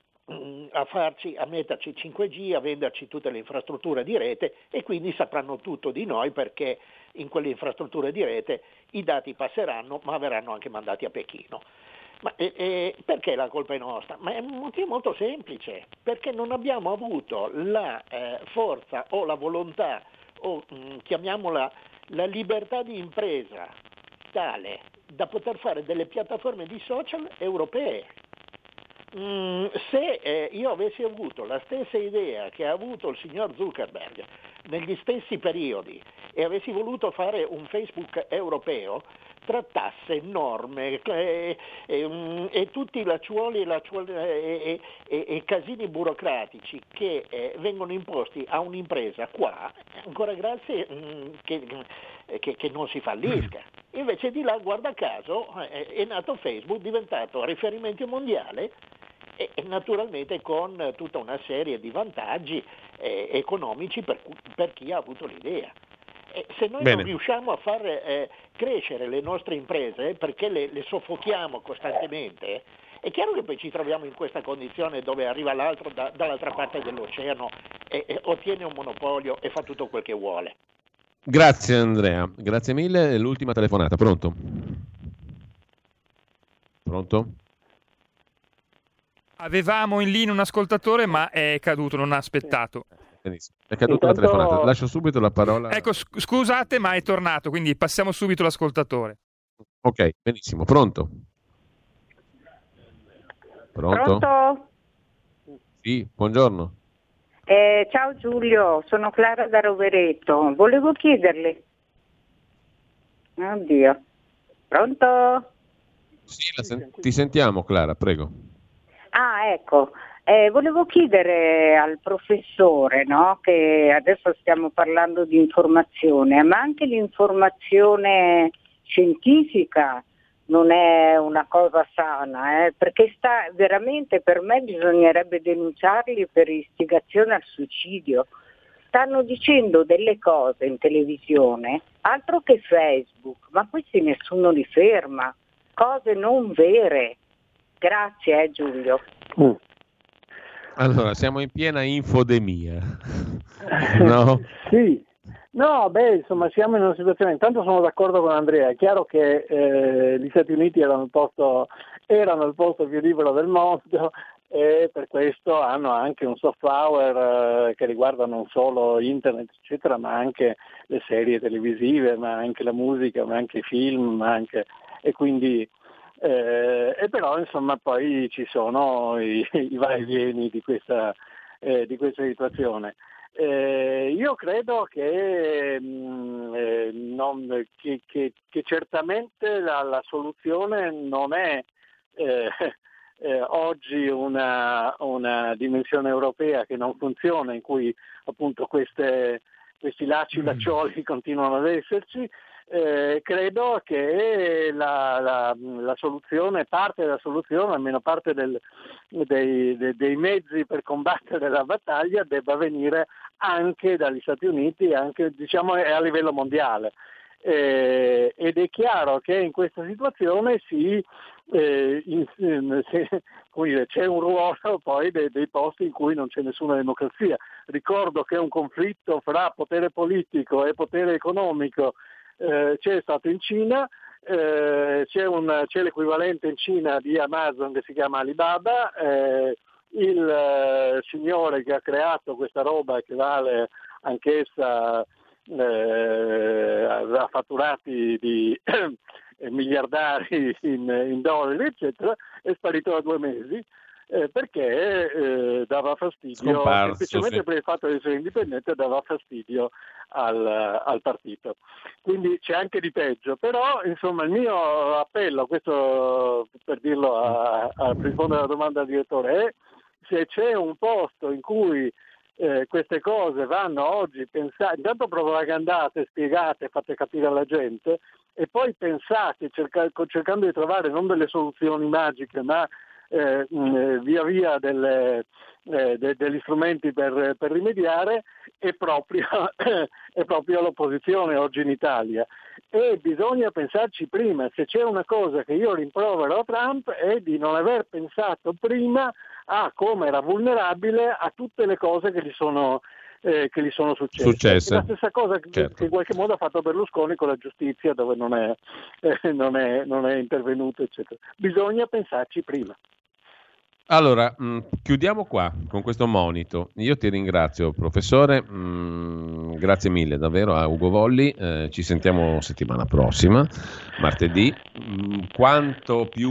a metterci 5G, a venderci tutte le infrastrutture di rete e quindi sapranno tutto di noi perché in quelle infrastrutture di rete i dati passeranno ma verranno anche mandati a Pechino. Ma perché la colpa è nostra? Ma è un motivo molto semplice, perché non abbiamo avuto la forza o la volontà o chiamiamola la libertà di impresa tale da poter fare delle piattaforme di social europee. Se io avessi avuto la stessa idea che ha avuto il signor Zuckerberg negli stessi periodi e avessi voluto fare un Facebook europeo, trattasse norme e tutti i lacciuoli e casini burocratici che vengono imposti a un'impresa qua, ancora grazie che non si fallisca. Invece di là, guarda caso, è nato Facebook, diventato riferimento mondiale e naturalmente con tutta una serie di vantaggi economici per chi ha avuto l'idea. Se noi non riusciamo a far crescere le nostre imprese perché le soffochiamo costantemente, è chiaro che poi ci troviamo in questa condizione dove arriva l'altro dall'altra parte dell'oceano e ottiene un monopolio e fa tutto quel che vuole.
Grazie Andrea, grazie mille. L'ultima telefonata, pronto? Pronto?
Avevamo in linea un ascoltatore ma è caduto, non ha aspettato.
Benissimo. È caduta la telefonata, lascio subito la parola.
Ecco, scusate ma è tornato, quindi passiamo subito all'ascoltatore.
Ok, benissimo, pronto?
Pronto?
Sì, buongiorno.
Ciao Giulio, sono Clara da Rovereto. Volevo chiederle. Oddio. Pronto?
Sì, ti sentiamo Clara, prego.
Ah, ecco. Volevo chiedere al professore, no, che adesso stiamo parlando di informazione, ma anche l'informazione scientifica non è una cosa sana, perché veramente per me bisognerebbe denunciarli per istigazione al suicidio. Stanno dicendo delle cose in televisione, altro che Facebook, ma questi nessuno li ferma, cose non vere. Grazie Giulio.
Allora, siamo in piena infodemia, no?
Sì. No, insomma, siamo in una situazione, intanto sono d'accordo con Andrea, è chiaro che gli Stati Uniti erano il posto più libero del mondo e per questo hanno anche un soft power che riguarda non solo internet, eccetera, ma anche le serie televisive, ma anche la musica, ma anche i film, e quindi e però insomma poi ci sono i vai e vieni di questa situazione. Io credo che certamente la soluzione non è oggi una dimensione europea che non funziona, in cui appunto questi lacciuoli continuano ad esserci. Credo che la soluzione, parte della soluzione, almeno parte dei mezzi per combattere la battaglia debba venire anche dagli Stati Uniti, anche diciamo a livello mondiale. Ed è chiaro che in questa situazione c'è un ruolo poi dei posti in cui non c'è nessuna democrazia. Ricordo che un conflitto fra potere politico e potere economico c'è stato in Cina, c'è l'equivalente in Cina di Amazon che si chiama Alibaba, il signore che ha creato questa roba che vale anch'essa ha fatturati di miliardari in dollari, eccetera, è sparito da 2 mesi. Perché dava fastidio, semplicemente per il fatto di essere indipendente dava fastidio al partito. Quindi c'è anche di peggio, però insomma il mio appello, questo per dirlo a rispondere alla domanda del direttore, è se c'è un posto in cui queste cose vanno oggi pensate, intanto propagandate, spiegate, fate capire alla gente e poi pensate cercando di trovare non delle soluzioni magiche ma via via degli strumenti per rimediare, è proprio l'opposizione oggi in Italia. E bisogna pensarci prima. Se c'è una cosa che io rimprovero a Trump è di non aver pensato prima a come era vulnerabile a tutte le cose che gli sono successe. È la stessa cosa che in qualche modo ha fatto Berlusconi con la giustizia, dove non è intervenuto, eccetera. Bisogna pensarci prima.
Allora, chiudiamo qua con questo monito. Io ti ringrazio, professore, grazie mille davvero a Ugo Volli, ci sentiamo settimana prossima, martedì. Quanto più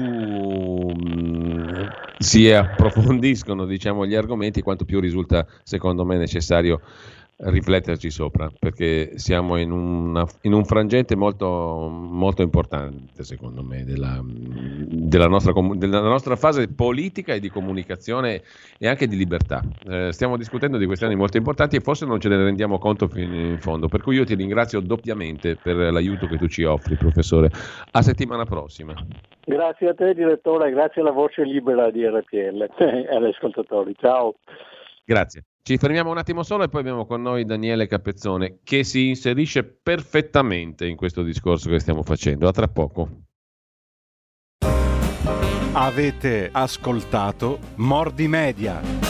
si approfondiscono, diciamo, gli argomenti, quanto più risulta, secondo me, necessario rifletterci sopra, perché siamo in un frangente molto, molto importante, secondo me, della nostra fase politica e di comunicazione e anche di libertà. Stiamo discutendo di questioni molto importanti e forse non ce ne rendiamo conto fino in fondo, per cui io ti ringrazio doppiamente per l'aiuto che tu ci offri, professore. A settimana prossima.
Grazie a te, direttore, grazie alla voce libera di RPL e agli ascoltatori. Ciao.
Grazie. Ci fermiamo un attimo solo e poi abbiamo con noi Daniele Capezzone, che si inserisce perfettamente in questo discorso che stiamo facendo. A tra poco.
Avete ascoltato Mordi Media.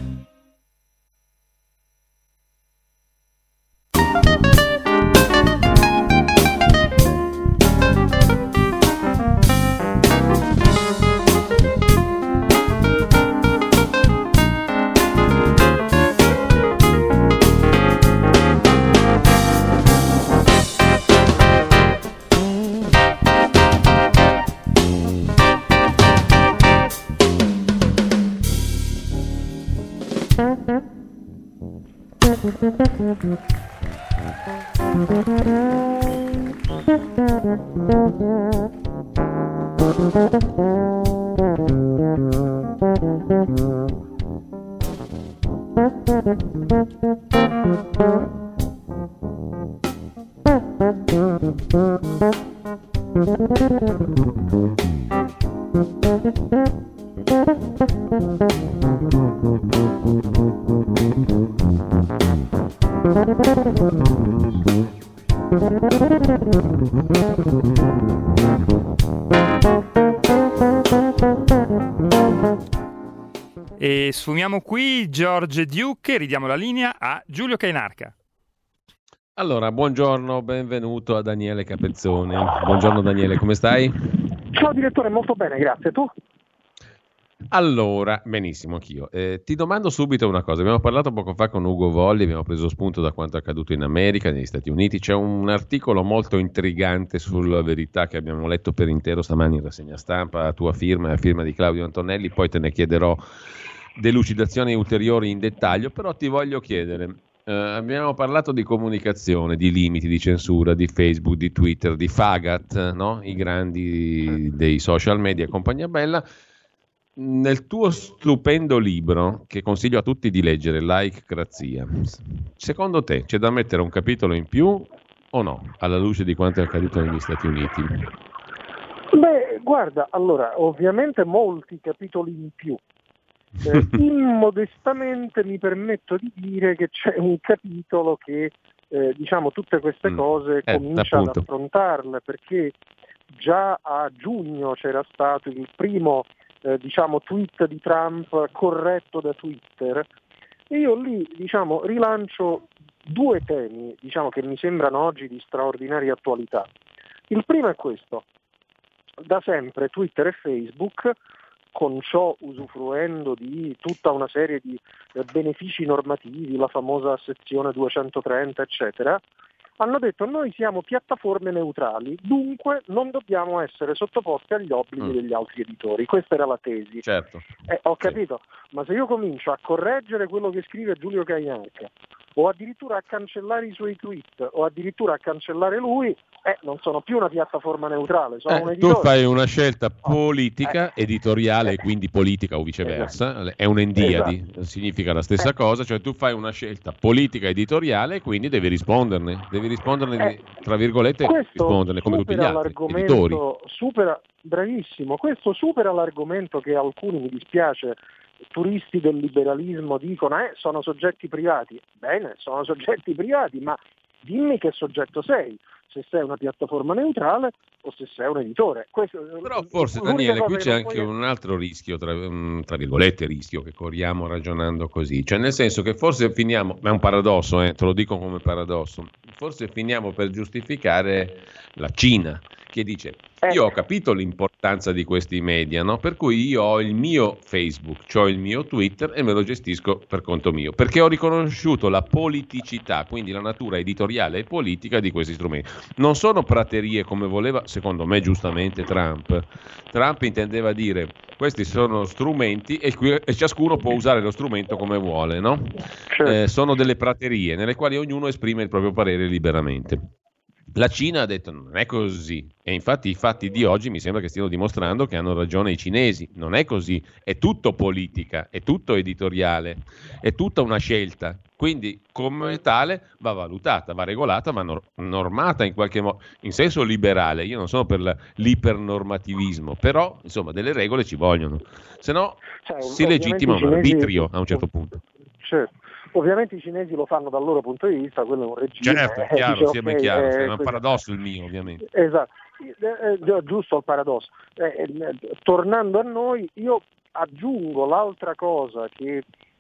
E sfumiamo qui George Duke e ridiamo la linea a Giulio Cainarca.
Allora, buongiorno, benvenuto a Daniele Capezzone. Buongiorno Daniele, come stai?
Ciao direttore, molto bene, grazie. Tu?
Allora, benissimo, anch'io. Ti domando subito una cosa. Abbiamo parlato poco fa con Ugo Volli, abbiamo preso spunto da quanto è accaduto in America, negli Stati Uniti. C'è un articolo molto intrigante sulla Verità che abbiamo letto per intero stamani in rassegna stampa, a tua firma e a firma di Claudio Antonelli, poi te ne chiederò delucidazioni ulteriori in dettaglio, però ti voglio chiedere, abbiamo parlato di comunicazione, di limiti, di censura, di Facebook, di Twitter, di Fagat, no? I grandi dei social media e compagnia bella. Nel tuo stupendo libro, che consiglio a tutti di leggere, Laikcrazia, secondo te c'è da mettere un capitolo in più o no, alla luce di quanto è accaduto negli Stati Uniti?
Beh, guarda, allora, ovviamente molti capitoli in più. Immodestamente mi permetto di dire che c'è un capitolo che diciamo tutte queste cose comincia ad affrontarle, perché già a giugno c'era stato il primo tweet di Trump corretto da Twitter e io lì rilancio 2 temi che mi sembrano oggi di straordinaria attualità. Il primo è questo: da sempre Twitter e Facebook con ciò usufruendo di tutta una serie di benefici normativi, la famosa sezione 230 eccetera, hanno detto noi siamo piattaforme neutrali, dunque non dobbiamo essere sottoposti agli obblighi degli altri editori. Questa era la tesi.
Certo.
Ho capito, ma se io comincio a correggere quello che scrive Giulio Cainarca, o addirittura a cancellare i suoi tweet, o addirittura a cancellare lui, non sono più una piattaforma neutrale, sono un editore.
Tu fai una scelta politica, editoriale, quindi politica o viceversa, esatto. È un'endiadi, esatto. Significa la stessa cosa, cioè tu fai una scelta politica editoriale e quindi devi risponderne, tra virgolette, risponderne come tutti gli altri editori.
Bravissimo, questo supera l'argomento che alcuni, mi dispiace, turisti del liberalismo dicono sono soggetti privati. Bene, sono soggetti privati, ma dimmi che soggetto sei, se sei una piattaforma neutrale o se sei un editore.
Però forse, Daniele, qui c'è anche un altro rischio, tra virgolette rischio, che corriamo ragionando così, cioè nel senso che forse finiamo, è un paradosso, te lo dico come paradosso, forse finiamo per giustificare la Cina, che dice io ho capito l'importanza di questi media, no? Per cui io ho il mio Facebook, ho il mio Twitter e me lo gestisco per conto mio, perché ho riconosciuto la politicità, quindi la natura editoriale e politica di questi strumenti. Non sono praterie come voleva, secondo me giustamente, Trump. Trump intendeva dire questi sono strumenti e ciascuno può usare lo strumento come vuole, no? Sono delle praterie nelle quali ognuno esprime il proprio parere liberamente. La Cina ha detto non è così, e infatti i fatti di oggi mi sembra che stiano dimostrando che hanno ragione i cinesi. Non è così, è tutto politica, è tutto editoriale, è tutta una scelta, quindi come tale va valutata, va regolata, va normata in qualche modo, in senso liberale. Io non sono per l'ipernormativismo, però insomma delle regole ci vogliono, se no si legittima un arbitrio a un certo punto.
Certo. Ovviamente i cinesi lo fanno dal loro punto di vista, quello è un regime.
Certo, è chiaro, sia ben chiaro, è un paradosso il mio, ovviamente.
Esatto, giusto il paradosso. Tornando a noi, io aggiungo l'altra cosa che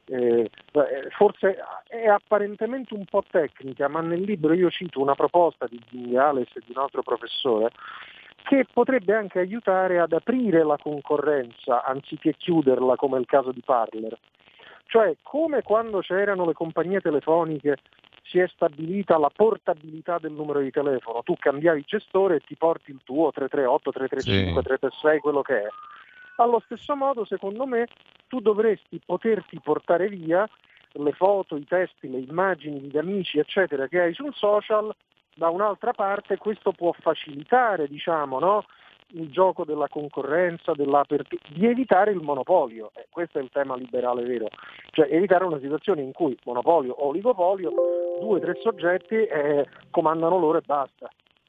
forse è apparentemente un po' tecnica, ma nel libro io cito una proposta di Zingales e di un altro professore che potrebbe anche aiutare ad aprire la concorrenza anziché chiuderla, come è il caso di Parler. Cioè, come quando c'erano le compagnie telefoniche si è stabilita la portabilità del numero di telefono, tu cambiavi il gestore e ti porti il tuo 338, 335, 336, quello che è. Allo stesso modo, secondo me, tu dovresti poterti portare via le foto, i testi, le immagini di amici, eccetera, che hai sul social. Da un'altra parte questo può facilitare, diciamo, no? Il gioco della concorrenza, di evitare il monopolio. Questo è il tema liberale vero, cioè evitare una situazione in cui monopolio o oligopolio, 2 o 3 soggetti comandano loro e basta.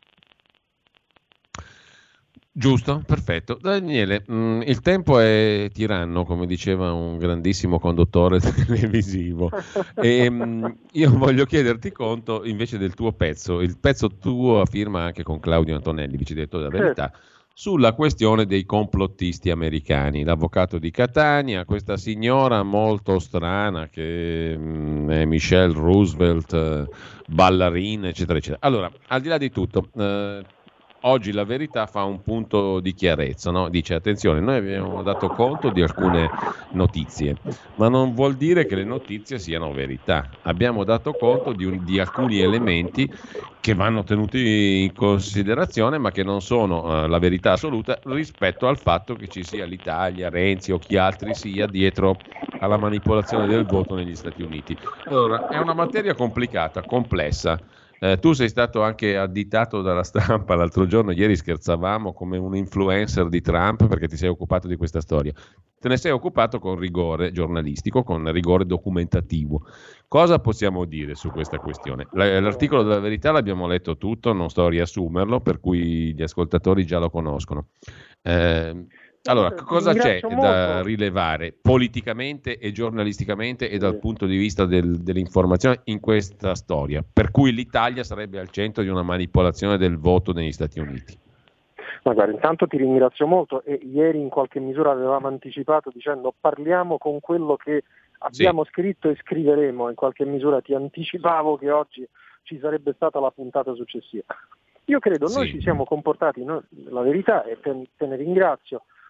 Giusto, perfetto. Daniele, il tempo è tiranno, come diceva un grandissimo conduttore televisivo. E io voglio chiederti conto invece del tuo pezzo, il pezzo tuo a firma anche con Claudio Antonelli, vice direttore della Verità, sulla questione dei complottisti americani. L'avvocato di Catania, questa signora molto strana che è Michelle Roosevelt, ballerina, eccetera, eccetera. Allora, al di là di tutto, oggi la Verità fa un punto di chiarezza, no? Dice attenzione, noi abbiamo dato conto di alcune notizie, ma non vuol dire che le notizie siano verità. Abbiamo dato conto di alcuni elementi che vanno tenuti in considerazione, ma che non sono la verità assoluta rispetto al fatto che ci sia l'Italia, Renzi o chi altri sia dietro alla manipolazione del voto negli Stati Uniti. Allora, è una materia complicata, complessa. Tu sei stato anche additato dalla stampa l'altro giorno, ieri scherzavamo come un influencer di Trump perché ti sei occupato di questa storia. Te ne sei occupato con rigore giornalistico, con rigore documentativo. Cosa possiamo dire su questa questione? L'articolo della Verità l'abbiamo letto tutto, non sto a riassumerlo, per cui gli ascoltatori già lo conoscono. Allora, cosa c'è da rilevare politicamente e giornalisticamente e dal punto di vista dell'informazione in questa storia, per cui l'Italia sarebbe al centro di una manipolazione del voto negli Stati Uniti?
Ma guarda, intanto ti ringrazio molto e ieri in qualche misura avevamo anticipato dicendo parliamo con quello che abbiamo scritto e scriveremo, in qualche misura ti anticipavo che oggi ci sarebbe stata la puntata successiva. Io credo, noi ci siamo comportati, la Verità, e te ne ringrazio,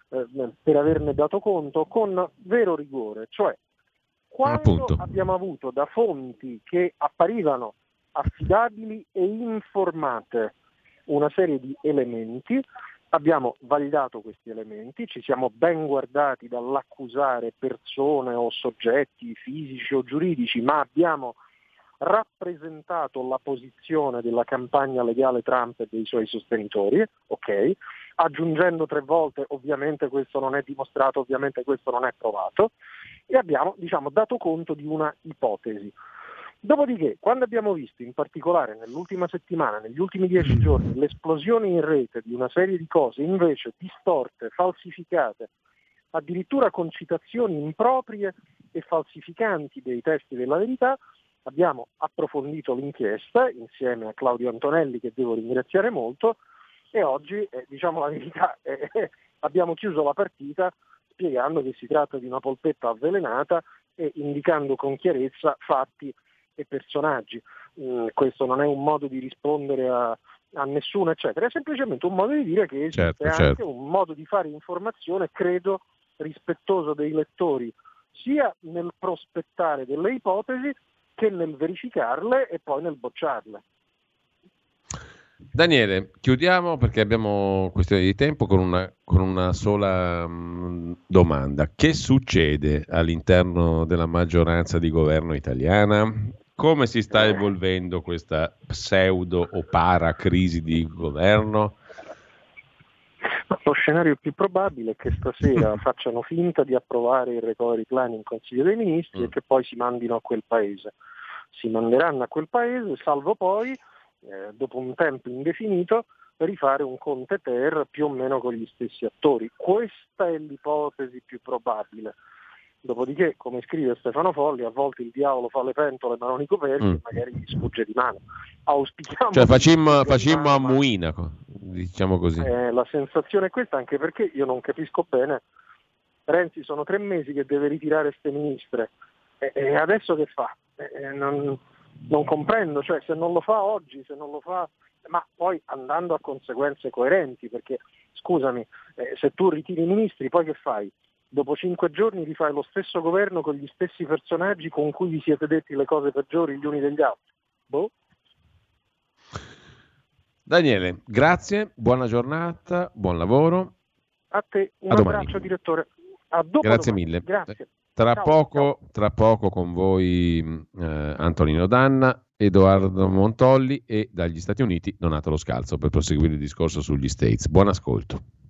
per averne dato conto con vero rigore, cioè quando abbiamo avuto da fonti che apparivano affidabili e informate una serie di elementi, abbiamo validato questi elementi, ci siamo ben guardati dall'accusare persone o soggetti fisici o giuridici, ma abbiamo rappresentato la posizione della campagna legale Trump e dei suoi sostenitori, ok? Aggiungendo 3 volte ovviamente questo non è dimostrato, ovviamente questo non è provato, e abbiamo dato conto di una ipotesi. Dopodiché, quando abbiamo visto in particolare nell'ultima settimana, negli ultimi 10 giorni, l'esplosione in rete di una serie di cose invece distorte, falsificate, addirittura con citazioni improprie e falsificanti dei testi della verità, abbiamo approfondito l'inchiesta insieme a Claudio Antonelli, che devo ringraziare molto, e oggi, la verità, abbiamo chiuso la partita spiegando che si tratta di una polpetta avvelenata e indicando con chiarezza fatti e personaggi. Questo non è un modo di rispondere a nessuno, eccetera, è semplicemente un modo di dire che esiste anche un modo di fare informazione, credo, rispettoso dei lettori, sia nel prospettare delle ipotesi che nel verificarle e poi nel bocciarle.
Daniele, chiudiamo perché abbiamo questione di tempo con una sola domanda. Che succede all'interno della maggioranza di governo italiana? Come si sta evolvendo questa pseudo o para crisi di governo?
Lo scenario più probabile è che stasera facciano finta di approvare il recovery plan in Consiglio dei Ministri e che poi si mandino a quel paese. Si manderanno a quel paese, salvo poi, dopo un tempo indefinito, rifare un Conte Ter più o meno con gli stessi attori. Questa è l'ipotesi più probabile. Dopodiché, come scrive Stefano Folli, a volte il diavolo fa le pentole ma non i coperchi e magari gli sfugge di mano. Auspichiamo,
cioè facemmo a muina, diciamo così.
La sensazione è questa, anche perché io non capisco bene. Renzi sono 3 mesi che deve ritirare ste ministre e adesso che fa? Non comprendo, cioè se non lo fa oggi, se non lo fa, ma poi andando a conseguenze coerenti, perché scusami, se tu ritiri i ministri poi che fai? Dopo 5 giorni rifai lo stesso governo con gli stessi personaggi con cui vi siete detti le cose peggiori gli uni degli altri.
Daniele, grazie, buona giornata, buon lavoro.
A te, un abbraccio direttore. A dopo
grazie
domani.
Mille.
Grazie.
Tra poco con voi Antonino Danna, Edoardo Montolli e dagli Stati Uniti Donato Lo Scalzo per proseguire il discorso sugli States. Buon ascolto.